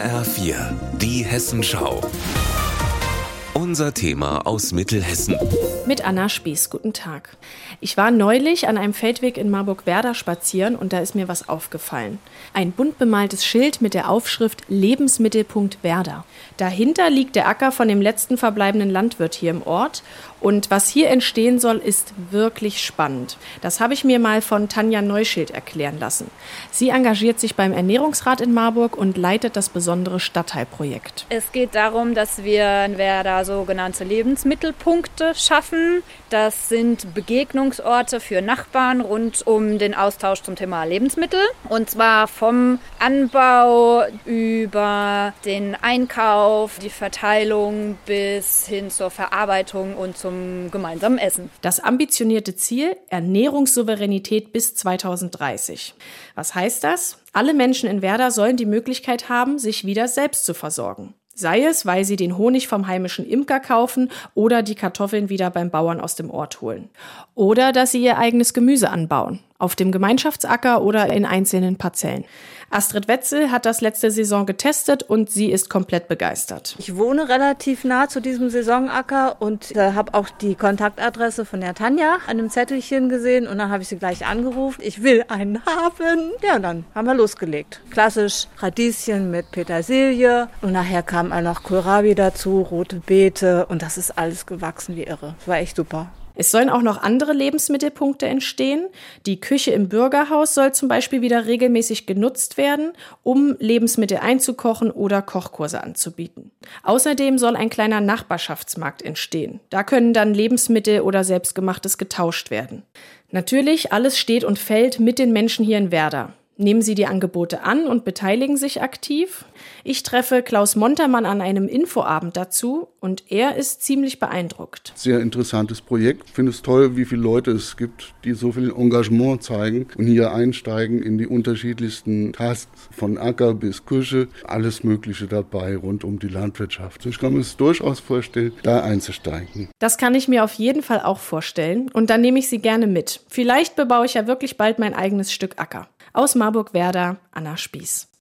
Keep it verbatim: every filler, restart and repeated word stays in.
H R vier, die Hessenschau. Unser Thema aus Mittelhessen. Mit Anna Spieß, guten Tag. Ich war neulich an einem Feldweg in Marburg-Werder spazieren und da ist mir was aufgefallen. Ein bunt bemaltes Schild mit der Aufschrift Lebensmittelpunkt Werder. Dahinter liegt der Acker von dem letzten verbleibenden Landwirt hier im Ort. Und was hier entstehen soll, ist wirklich spannend. Das habe ich mir mal von Tanja Neuschild erklären lassen. Sie engagiert sich beim Ernährungsrat in Marburg und leitet das besondere Stadtteilprojekt. Es geht darum, dass wir in Werder sogenannte Lebensmittelpunkte schaffen. Das sind Begegnungsorte für Nachbarn rund um den Austausch zum Thema Lebensmittel. Und zwar vom Anbau über den Einkauf, die Verteilung bis hin zur Verarbeitung und zum gemeinsamen Essen. Das ambitionierte Ziel: Ernährungssouveränität bis zweitausenddreißig. Was heißt das? Alle Menschen in Werder sollen die Möglichkeit haben, sich wieder selbst zu versorgen. Sei es, weil sie den Honig vom heimischen Imker kaufen oder die Kartoffeln wieder beim Bauern aus dem Ort holen. Oder dass sie ihr eigenes Gemüse anbauen, auf dem Gemeinschaftsacker oder in einzelnen Parzellen. Astrid Wetzel hat das letzte Saison getestet und sie ist komplett begeistert. Ich wohne relativ nah zu diesem Saisonacker und äh, habe auch die Kontaktadresse von der Tanja an einem Zettelchen gesehen und dann habe ich sie gleich angerufen. Ich will einen haben. Ja, und dann haben wir losgelegt. Klassisch Radieschen mit Petersilie und nachher kam auch noch Kohlrabi dazu, rote Beete und das ist alles gewachsen wie irre. Das war echt super. Es sollen auch noch andere Lebensmittelpunkte entstehen. Die Küche im Bürgerhaus soll zum Beispiel wieder regelmäßig genutzt werden, um Lebensmittel einzukochen oder Kochkurse anzubieten. Außerdem soll ein kleiner Nachbarschaftsmarkt entstehen. Da können dann Lebensmittel oder Selbstgemachtes getauscht werden. Natürlich, alles steht und fällt mit den Menschen hier in Werder. Nehmen Sie die Angebote an und beteiligen sich aktiv? Ich treffe Klaus Montermann an einem Infoabend dazu und er ist ziemlich beeindruckt. Sehr interessantes Projekt. Ich finde es toll, wie viele Leute es gibt, die so viel Engagement zeigen und hier einsteigen in die unterschiedlichsten Tasks, von Acker bis Küche, alles Mögliche dabei rund um die Landwirtschaft. Ich kann mir es durchaus vorstellen, da einzusteigen. Das kann ich mir auf jeden Fall auch vorstellen und dann nehme ich Sie gerne mit. Vielleicht bebaue ich ja wirklich bald mein eigenes Stück Acker. Aus Marburg-Werder, Anna Spieß.